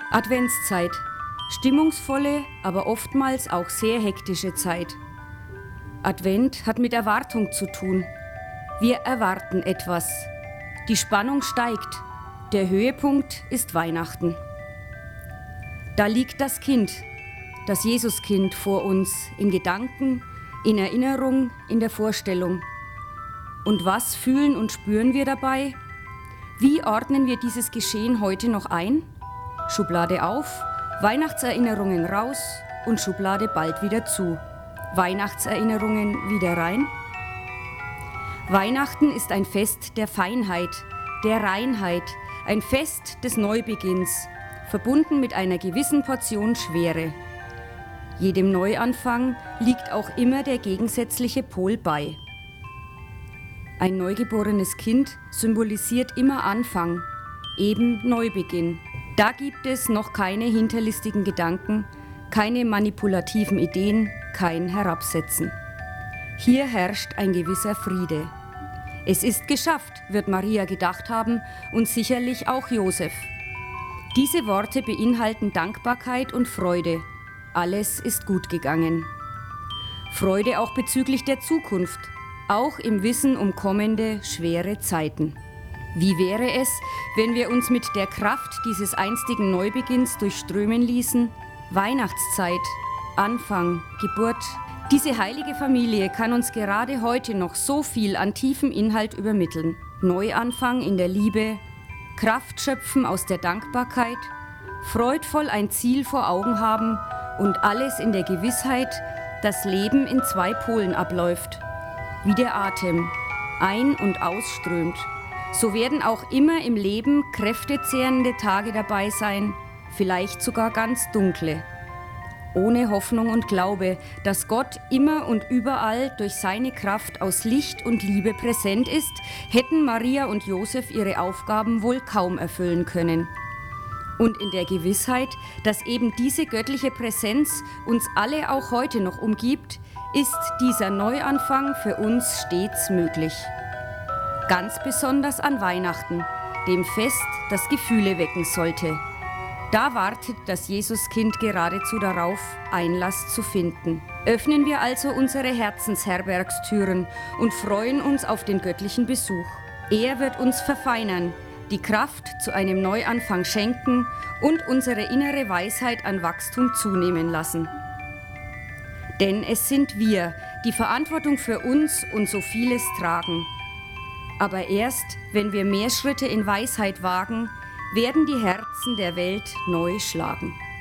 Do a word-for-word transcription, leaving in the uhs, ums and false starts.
Adventszeit. Stimmungsvolle, aber oftmals auch sehr hektische Zeit. Advent hat mit Erwartung zu tun. Wir erwarten etwas. Die Spannung steigt. Der Höhepunkt ist Weihnachten. Da liegt das Kind, das Jesuskind vor uns, in Gedanken, in Erinnerung, in der Vorstellung. Und was fühlen und spüren wir dabei? Wie ordnen wir dieses Geschehen heute noch ein? Schublade auf, Weihnachtserinnerungen raus und Schublade bald wieder zu. Weihnachtserinnerungen wieder rein. Weihnachten ist ein Fest der Feinheit, der Reinheit, ein Fest des Neubeginns, verbunden mit einer gewissen Portion Schwere. Jedem Neuanfang liegt auch immer der gegensätzliche Pol bei. Ein neugeborenes Kind symbolisiert immer Anfang, eben Neubeginn. Da gibt es noch keine hinterlistigen Gedanken, keine manipulativen Ideen, kein Herabsetzen. Hier herrscht ein gewisser Friede. Es ist geschafft, wird Maria gedacht haben und sicherlich auch Josef. Diese Worte beinhalten Dankbarkeit und Freude. Alles ist gut gegangen. Freude auch bezüglich der Zukunft, auch im Wissen um kommende, schwere Zeiten. Wie wäre es, wenn wir uns mit der Kraft dieses einstigen Neubeginns durchströmen ließen? Weihnachtszeit, Anfang, Geburt. Diese heilige Familie kann uns gerade heute noch so viel an tiefem Inhalt übermitteln. Neuanfang in der Liebe, Kraft schöpfen aus der Dankbarkeit, freudvoll ein Ziel vor Augen haben und alles in der Gewissheit, dass Leben in zwei Polen abläuft. Wie der Atem ein- und ausströmt. So werden auch immer im Leben kräftezehrende Tage dabei sein, vielleicht sogar ganz dunkle. Ohne Hoffnung und Glaube, dass Gott immer und überall durch seine Kraft aus Licht und Liebe präsent ist, hätten Maria und Josef ihre Aufgaben wohl kaum erfüllen können. Und in der Gewissheit, dass eben diese göttliche Präsenz uns alle auch heute noch umgibt, ist dieser Neuanfang für uns stets möglich. Ganz besonders an Weihnachten, dem Fest, das Gefühle wecken sollte. Da wartet das Jesuskind geradezu darauf, Einlass zu finden. Öffnen wir also unsere Herzensherbergstüren und freuen uns auf den göttlichen Besuch. Er wird uns verfeinern, die Kraft zu einem Neuanfang schenken und unsere innere Weisheit an Wachstum zunehmen lassen. Denn es sind wir, die Verantwortung für uns und so vieles tragen. Aber erst, wenn wir mehr Schritte in Weisheit wagen, werden die Herzen der Welt neu schlagen.